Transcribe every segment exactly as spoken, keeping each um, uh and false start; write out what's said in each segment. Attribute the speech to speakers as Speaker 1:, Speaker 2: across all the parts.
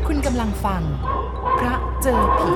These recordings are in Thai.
Speaker 1: คุณกำลังฟังพระเจอผี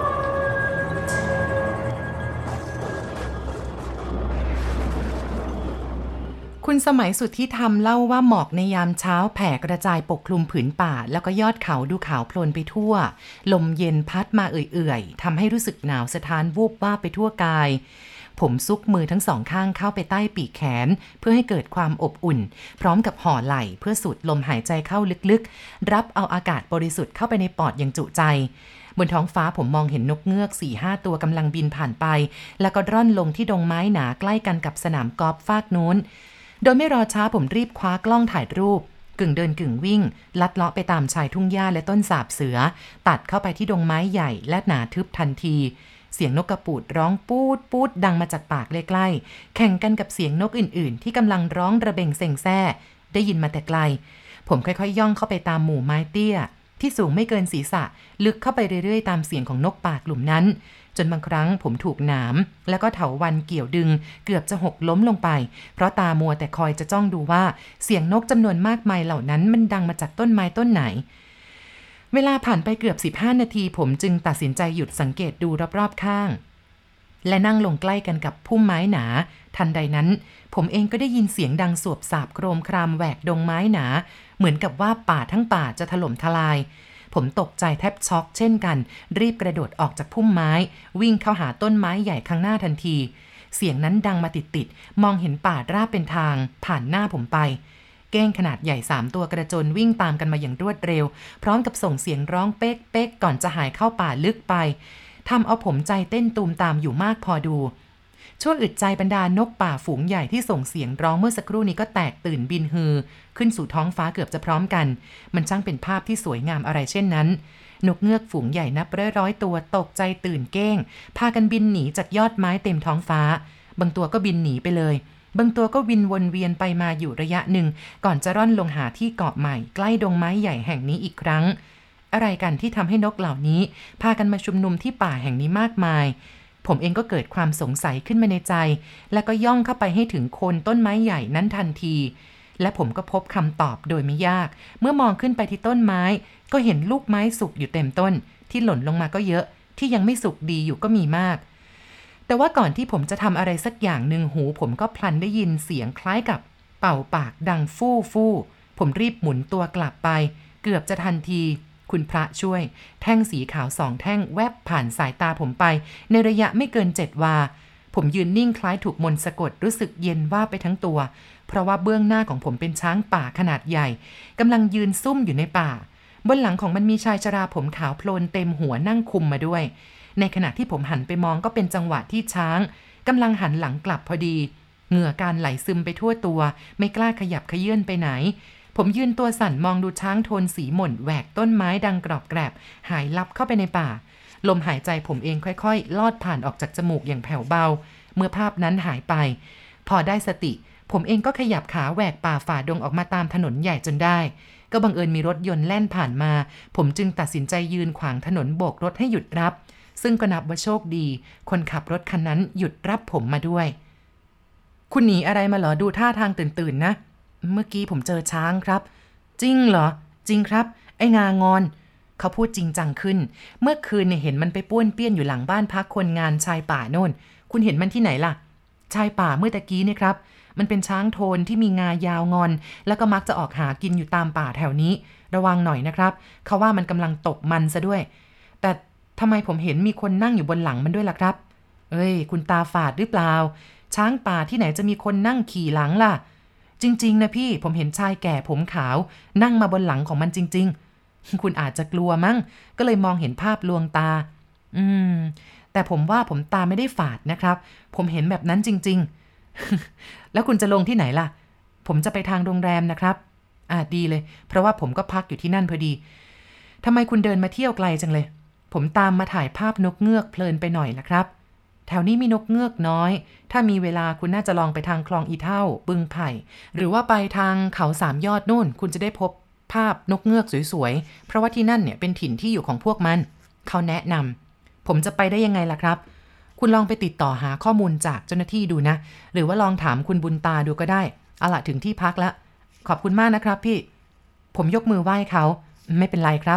Speaker 1: คุณสมัยสุดที่ทำเล่าว่าหมอกในยามเช้าแผ่กระจายปกคลุมผืนป่าแล้วก็ยอดเขาดูขาวโพลนไปทั่วลมเย็นพัดมาเอื่อยๆทำให้รู้สึกหนาวสะท้านวูบวาบไปทั่วกายผมซุกมือทั้งสองข้างเข้าไปใต้ปีกแขนเพื่อให้เกิดความอบอุ่นพร้อมกับห่อไหล่เพื่อสูดลมหายใจเข้าลึกๆรับเอาอากาศบริสุทธิ์เข้าไปในปอดอย่างจุใจบนท้องฟ้าผมมองเห็นนกเงือก สี่ห้า ตัวกำลังบินผ่านไปแล้วก็ร่อนลงที่ดงไม้หนาใกล้กันกับสนามกอล์ฟฟากนู้นโดยไม่รอช้าผมรีบคว้ากล้องถ่ายรูปกึ่งเดินกึ่งวิ่งลัดเลาะไปตามชายทุ่งหญ้าและต้นสาบเสือตัดเข้าไปที่ดงไม้ใหญ่และหนาทึบทันทีเสียงนกกระปูดร้องปูดปูดดังมาจากปากใกล้ๆแข่งกันกับเสียงนกอื่นๆที่กำลังร้องระเบงเซ็งแซ่ได้ยินมาแต่ไกลผมค่อยๆย่องเข้าไปตามหมู่ไม้เตี้ยที่สูงไม่เกินศีรษะลึกเข้าไปเรื่อยๆตามเสียงของนกป่ากลุ่มนั้นจนบางครั้งผมถูกหนามแล้วก็เถาวัลย์เกี่ยวดึงเกือบจะหกล้มลงไปเพราะตามัวแต่คอยจะจ้องดูว่าเสียงนกจำนวนมากมายเหล่านั้นมันดังมาจากต้นไม้ต้นไหนเวลาผ่านไปเกือบสิบห้านาทีผมจึงตัดสินใจหยุดสังเกตดูรอบๆข้างและนั่งลงใกล้กันกับพุ่มไม้หนาทันใดนั้นผมเองก็ได้ยินเสียงดังสวบสาบโครมครามแหวกดงไม้หนาเหมือนกับว่าป่าทั้งป่าจะถล่มทลายผมตกใจแทบช็อกเช่นกันรีบกระโดดออกจากพุ่มไม้วิ่งเข้าหาต้นไม้ใหญ่ข้างหน้าทันทีเสียงนั้นดังมาติดๆมองเห็นป่าราบเป็นทางผ่านหน้าผมไปเก้งขนาดใหญ่สามตัวกระโจนวิ่งตามกันมาอย่างรวดเร็วพร้อมกับส่งเสียงร้องเป๊กเป๊กก่อนจะหายเข้าป่าลึกไปทำเอาผมใจเต้นตูมตามอยู่มากพอดูชั่วอึดใจบรรดานกป่าฝูงใหญ่ที่ส่งเสียงร้องเมื่อสักครู่นี้ก็แตกตื่นบินฮือขึ้นสู่ท้องฟ้าเกือบจะพร้อมกันมันช่างเป็นภาพที่สวยงามอะไรเช่นนั้นนกเงือกฝูงใหญ่นับร้อยๆตัวตกใจตื่นเก้งพากันบินหนีจากยอดไม้เต็มท้องฟ้าบางตัวก็บินหนีไปเลยบางตัวก็วินวนเวียนไปมาอยู่ระยะหนึ่งก่อนจะร่อนลงหาที่เกาะใหม่ใกล้ดงไม้ใหญ่แห่งนี้อีกครั้งอะไรกันที่ทำให้นกเหล่านี้พากันมาชุมนุมที่ป่าแห่งนี้มากมายผมเองก็เกิดความสงสัยขึ้นมาในใจแล้วก็ย่องเข้าไปให้ถึงโคนต้นไม้ใหญ่นั้นทันทีและผมก็พบคำตอบโดยไม่ยากเมื่อมองขึ้นไปที่ต้นไม้ก็เห็นลูกไม้สุกอยู่เต็มต้นที่หล่นลงมาก็เยอะที่ยังไม่สุกดีอยู่ก็มีมากแต่ว่าก่อนที่ผมจะทำอะไรสักอย่างหนึ่งหูผมก็พลันได้ยินเสียงคล้ายกับเป่าปากดังฟู่ฟู่ผมรีบหมุนตัวกลับไปเกือบจะทันทีคุณพระช่วยแท่งสีขาวสองแท่งแวบผ่านสายตาผมไปในระยะไม่เกินเจ็ดวาผมยืนนิ่งคล้ายถูกมนต์สะกดรู้สึกเย็นว่าไปทั้งตัวเพราะว่าเบื้องหน้าของผมเป็นช้างป่าขนาดใหญ่กำลังยืนซุ่มอยู่ในป่าบนหลังของมันมีชายชราผมขาวโพลนเต็มหัวนั่งคุมมาด้วยในขณะที่ผมหันไปมองก็เป็นจังหวะที่ช้างกำลังหันหลังกลับพอดีเหงื่อการไหลซึมไปทั่วตัวไม่กล้าขยับเขยื่อนไปไหนผมยืนตัวสั่นมองดูช้างโทนสีหม่นแหวกต้นไม้ดังกรอบแกรบหายลับเข้าไปในป่าลมหายใจผมเองค่อยๆลอดผ่านออกจากจมูกอย่างแผ่วเบาเมื่อภาพนั้นหายไปพอได้สติผมเองก็ขยับขาแหวกป่าฝ่าดงออกมาตามถนนใหญ่จนได้ก็บังเอิญมีรถยนต์แล่นผ่านมาผมจึงตัดสินใจยืนขวางถนนโบกรถให้หยุดรับซึ่งก็นับว่าโชคดีคนขับรถคันนั้นหยุดรับผมมาด้วยคุณหนีอะไรมาเหรอดูท่าทางตื่นๆนะเมื่อกี้ผมเจอช้างครับจริงเหรอจริงครับไอ้งางอนเขาพูดจริงจังขึ้นเมื่อคืนเนี่ยเห็นมันไปป้วนเปี้ยนอยู่หลังบ้านพักคนงานชายป่าโน่นคุณเห็นมันที่ไหนล่ะชายป่าเมื่อตะกี้นี่ครับมันเป็นช้างโทนที่มีงายาวงอนแล้วก็มักจะออกหากินอยู่ตามป่าแถวนี้ระวังหน่อยนะครับเขาว่ามันกำลังตกมันซะด้วยแต่ทำไมผมเห็นมีคนนั่งอยู่บนหลังมันด้วยล่ะครับเอ้ยคุณตาฝาดหรือเปล่าช้างป่าที่ไหนจะมีคนนั่งขี่หลังล่ะจริงๆนะพี่ผมเห็นชายแก่ผมขาวนั่งมาบนหลังของมันจริงๆคุณอาจจะกลัวมั้งก็เลยมองเห็นภาพลวงตาอืมแต่ผมว่าผมตาไม่ได้ฝาดนะครับผมเห็นแบบนั้นจริงๆ แล้วคุณจะลงที่ไหนล่ะผมจะไปทางโรงแรมนะครับอ่าดีเลยเพราะว่าผมก็พักอยู่ที่นั่นพอดีทำไมคุณเดินมาเที่ยวไกลจังเลยผมตามมาถ่ายภาพนกเงือกเพลินไปหน่อยละครับแถวนี้มีนกเงือกน้อยถ้ามีเวลาคุณน่าจะลองไปทางคลองอีเท่าบึงไผ่หรือว่าไปทางเขาสามยอดนู่นคุณจะได้พบภาพนกเงือกสวยๆเพราะว่าที่นั่นเนี่ยเป็นถิ่นที่อยู่ของพวกมันเขาแนะนำผมจะไปได้ยังไงล่ะครับคุณลองไปติดต่อหาข้อมูลจากเจ้าหน้าที่ดูนะหรือว่าลองถามคุณบุญตาดูก็ได้เอาล่ะถึงที่พักแล้วขอบคุณมากนะครับพี่ผมยกมือไหว้เขาไม่เป็นไรครับ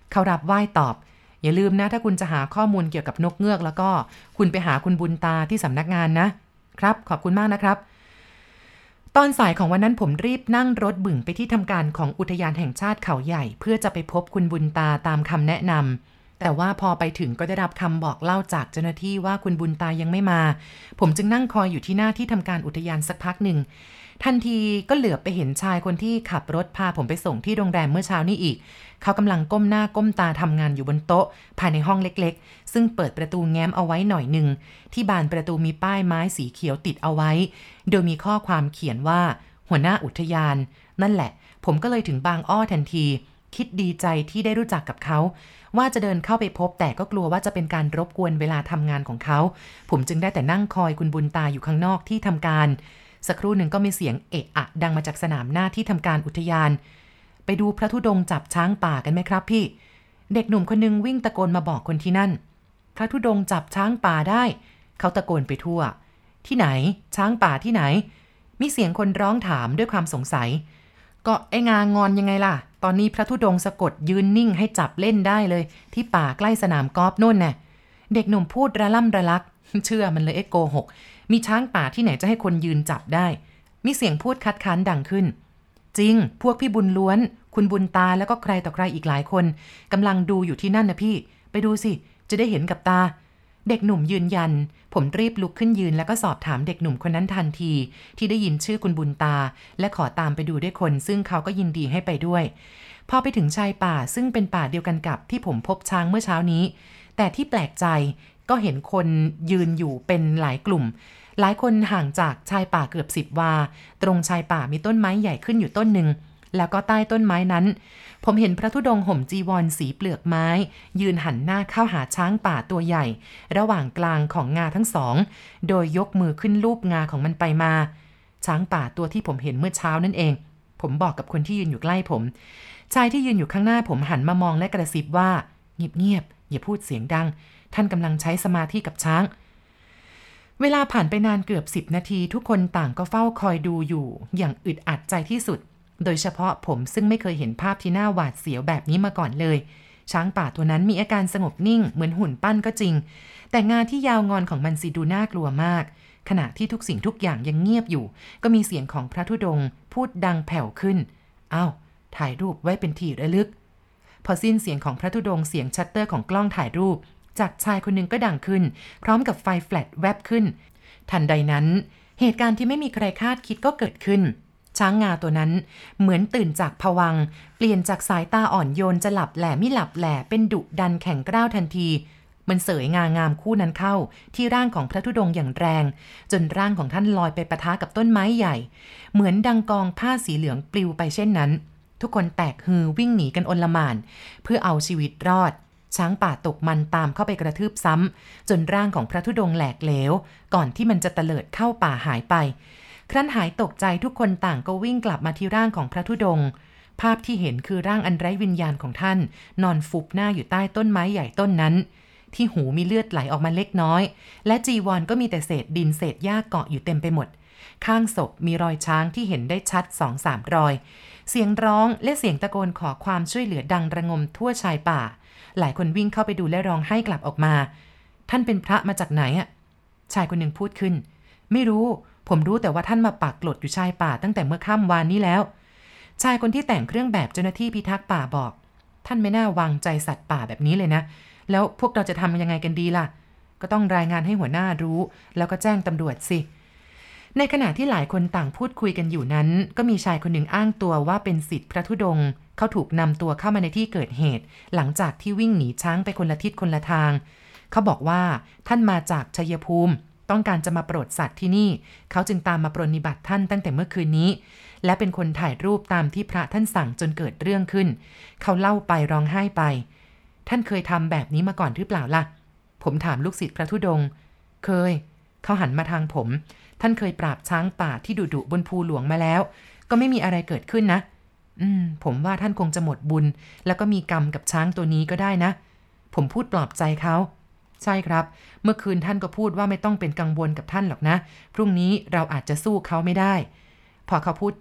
Speaker 1: เขารับไหว้ตอบอย่าลืมนะถ้าคุณจะหาข้อมูลเกี่ยวกับนกเงือกแล้วก็คุณไปหาคุณบุญตาที่สำนักงานนะครับขอบคุณมากนะครับตอนสายของวันนั้นผมรีบนั่งรถบึ่งไปที่ทำการของอุทยานแห่งชาติเขาใหญ่เพื่อจะไปพบคุณบุญตาตามคำแนะนำแต่ว่าพอไปถึงก็ได้รับคำบอกเล่าจากเจ้าหน้าที่ว่าคุณบุญตายังไม่มาผมจึงนั่งคอยอยู่ที่หน้าที่ทำการอุทยานสักพักหนึ่งทันทีก็เหลือบไปเห็นชายคนที่ขับรถพาผมไปส่งที่โรงแรมเมื่อเช้านี้อีกเขากำลังก้มหน้าก้มตาทำงานอยู่บนโต๊ะภายในห้องเล็กๆซึ่งเปิดประตูแง้มเอาไว้หน่อยหนึ่งที่บานประตูมีป้ายไม้สีเขียวติดเอาไว้โดยมีข้อความเขียนว่าหัวหน้าอุทยานนั่นแหละผมก็เลยถึงบางอ้อทันทีคิดดีใจที่ได้รู้จักกับเขาว่าจะเดินเข้าไปพบแต่ก็กลัวว่าจะเป็นการรบกวนเวลาทำงานของเขาผมจึงได้แต่นั่งคอยคุณบุญตาอยู่ข้างนอกที่ทำการสักครู่หนึ่งก็มีเสียงเอะอะดังมาจากสนามหน้าที่ทำการอุทยานไปดูพระธุดงค์จับช้างป่ากันไหมครับพี่เด็กหนุ่มคนนึงวิ่งตะโกนมาบอกคนที่นั่นพระธุดงค์จับช้างป่าได้เขาตะโกนไปทั่วที่ไหนช้างป่าที่ไหนมีเสียงคนร้องถามด้วยความสงสัยก็ไอ้งางอนยังไงล่ะตอนนี้พระธุดงค์สะกดยืนนิ่งให้จับเล่นได้เลยที่ป่าใกล้สนามกอล์ฟโน่นน่ะเด็กหนุ่มพูดระล่ำระลักเชื่อมันเลยไอ้โกหกมีช้างป่าที่ไหนจะให้คนยืนจับได้มีเสียงพูดคัดค้านดังขึ้นจริงพวกพี่บุญล้วนคุณบุญตาแล้วก็ใครต่อใครอีกหลายคนกำลังดูอยู่ที่นั่นนะพี่ไปดูสิจะได้เห็นกับตาเด็กหนุ่มยืนยันผมรีบลุกขึ้นยืนแล้วก็สอบถามเด็กหนุ่มคนนั้นทันทีที่ได้ยินชื่อคุณบุญตาและขอตามไปดูด้วยคนซึ่งเขาก็ยินดีให้ไปด้วยพอไปถึงชายป่าซึ่งเป็นป่าเดียวกันกับที่ผมพบช้างเมื่อเช้านี้แต่ที่แปลกใจก็เห็นคนยืนอยู่เป็นหลายกลุ่มหลายคนห่างจากชายป่าเกือบสิบวาตรงชายป่ามีต้นไม้ใหญ่ขึ้นอยู่ต้นหนึ่งแล้วก็ใต้ต้นไม้นั้นผมเห็นพระธุดงค์ห่มจีวรสีเปลือกไม้ยืนหันหน้าเข้าหาช้างป่าตัวใหญ่ระหว่างกลางของงาทั้งสองโดยยกมือขึ้นลูบงาของมันไปมาช้างป่าตัวที่ผมเห็นเมื่อเช้านั่นเองผมบอกกับคนที่ยืนอยู่ใกล้ผมชายที่ยืนอยู่ข้างหน้าผมหันมามองและกระซิบว่าเงียบๆอย่าพูดเสียงดังท่านกำลังใช้สมาธิกับช้างเวลาผ่านไปนานเกือบสิบนาทีทุกคนต่างก็เฝ้าคอยดูอยู่อย่างอึดอัดใจที่สุดโดยเฉพาะผมซึ่งไม่เคยเห็นภาพที่น่าหวาดเสียวแบบนี้มาก่อนเลยช้างป่าตัวนั้นมีอาการสงบนิ่งเหมือนหุ่นปั้นก็จริงแต่งาที่ยาวงอนของมันสิดูน่ากลัวมากขณะที่ทุกสิ่งทุกอย่างยังเงียบอยู่ก็มีเสียงของพระธุดงค์พูดดังแผ่วขึ้นอ้าวถ่ายรูปไว้เป็นที่ระลึกพอสิ้นเสียงของพระธุดงค์เสียงชัตเตอร์ของกล้องถ่ายรูปจากชายคนหนึ่งก็ดังขึ้นพร้อมกับไฟแฟลชแวบขึ้นทันใดนั้นเหตุการณ์ที่ไม่มีใครคาดคิดก็เกิดขึ้นช้างงาตัวนั้นเหมือนตื่นจากภวังค์เปลี่ยนจากสายตาอ่อนโยนจะหลับแหล่ไม่หลับแหล่เป็นดุดันแข็งกร้าวทันทีมันเสยงางามคู่นั้นเข้าที่ร่างของพระธุดงค์อย่างแรงจนร่างของท่านลอยไปปะทะกับต้นไม้ใหญ่เหมือนดังกองผ้าสีเหลืองปลิวไปเช่นนั้นทุกคนแตกฮือวิ่งหนีกันอลหม่านเพื่อเอาชีวิตรอดช้างป่าตกมันตามเข้าไปกระทืบซ้ำจนร่างของพระธุดงค์แหลกเหลวก่อนที่มันจะเตลิดเข้าป่าหายไปครั้นหายตกใจทุกคนต่างก็วิ่งกลับมาที่ร่างของพระธุดงค์ภาพที่เห็นคือร่างอันไร้วิญญาณของท่านนอนฟุบหน้าอยู่ใต้ต้นไม้ใหญ่ต้นนั้นที่หูมีเลือดไหลออกมาเล็กน้อยและจีวรก็มีแต่เศษดินเศษหญ้าเกาะอยู่เต็มไปหมดข้างศพมีรอยช้างที่เห็นได้ชัด สองสาม รอยเสียงร้องและเสียงตะโกนขอความช่วยเหลือดังระงมทั่วชายป่าหลายคนวิ่งเข้าไปดูและร้องไห้กลับออกมาท่านเป็นพระมาจากไหนอ่ะชายคนหนึ่งพูดขึ้นไม่รู้ผมรู้แต่ว่าท่านมาปักกลดอยู่ชายป่าตั้งแต่เมื่อค่ำวานนี้แล้วชายคนที่แต่งเครื่องแบบเจ้าหน้าที่พิทักษ์ป่าบอกท่านไม่น่าวางใจสัตว์ป่าแบบนี้เลยนะแล้วพวกเราจะทำยังไงกันดีล่ะก็ต้องรายงานให้หัวหน้ารู้แล้วก็แจ้งตำรวจสิในขณะที่หลายคนต่างพูดคุยกันอยู่นั้นก็มีชายคนหนึ่งอ้างตัวว่าเป็นศิษย์พระธุดงค์เขาถูกนำตัวเข้ามาในที่เกิดเหตุหลังจากที่วิ่งหนีช้างไปคนละทิศคนละทางเขาบอกว่าท่านมาจากชัยภูมิต้องการจะมาโปรดสัตว์ที่นี่เขาจึงตามมาปรนนิบัติท่านตั้งแต่เมื่อคืนนี้และเป็นคนถ่ายรูปตามที่พระท่านสั่งจนเกิดเรื่องขึ้นเขาเล่าไปร้องไห้ไปท่านเคยทำแบบนี้มาก่อนหรือเปล่าล่ะผมถามลูกศิษย์พระธุดงค์เคยเขาหันมาทางผมท่านเคยปราบช้างป่าที่ดุดุบนภูหลวงมาแล้วก็ไม่มีอะไรเกิดขึ้นนะอืมผมว่าท่านคงจะหมดบุญแล้วก็มีกรรมกับช้างตัวนี้ก็ได้นะผมพูดปลอบใจเขาใช่ครับเมื่อคืนท่านก็พูดว่าไม่ต้องเป็นกังวลกับท่านหรอกนะพรุ่งนี้เราอาจจะสู้เขาไม่ได้พอเขาพูดจบ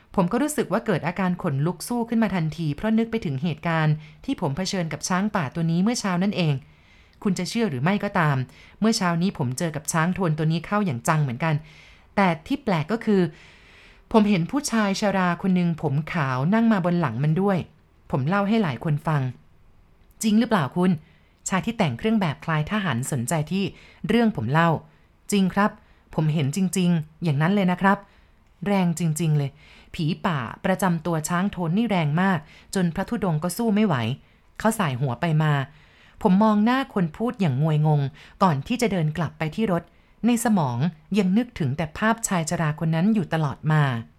Speaker 1: ผมก็รู้สึกว่าเกิดอาการขนลุกสู้ขึ้นมาทันทีเพราะนึกไปถึงเหตุการณ์ที่ผมเผชิญกับช้างป่าตัวนี้เมื่อเช้านั่นเองคุณจะเชื่อหรือไม่ก็ตามเมื่อเช้านี้ผมเจอกับช้างโทนตัวนี้เข้าอย่างจังเหมือนกันแต่ที่แปลกก็คือผมเห็นผู้ชายชราคนหนึ่งผมขาวนั่งมาบนหลังมันด้วยผมเล่าให้หลายคนฟังจริงหรือเปล่าคุณชายที่แต่งเครื่องแบบคล้ายทหารสนใจที่เรื่องผมเล่าจริงครับผมเห็นจริงๆอย่างนั้นเลยนะครับแรงจริงๆเลยผีป่าประจำตัวช้างโทนนี่แรงมากจนพระธุดงค์ก็สู้ไม่ไหวเขาสายหัวไปมาผมมองหน้าคนพูดอย่างงวยงงก่อนที่จะเดินกลับไปที่รถในสมองยังนึกถึงแต่ภาพชายชราคนนั้นอยู่ตลอดมา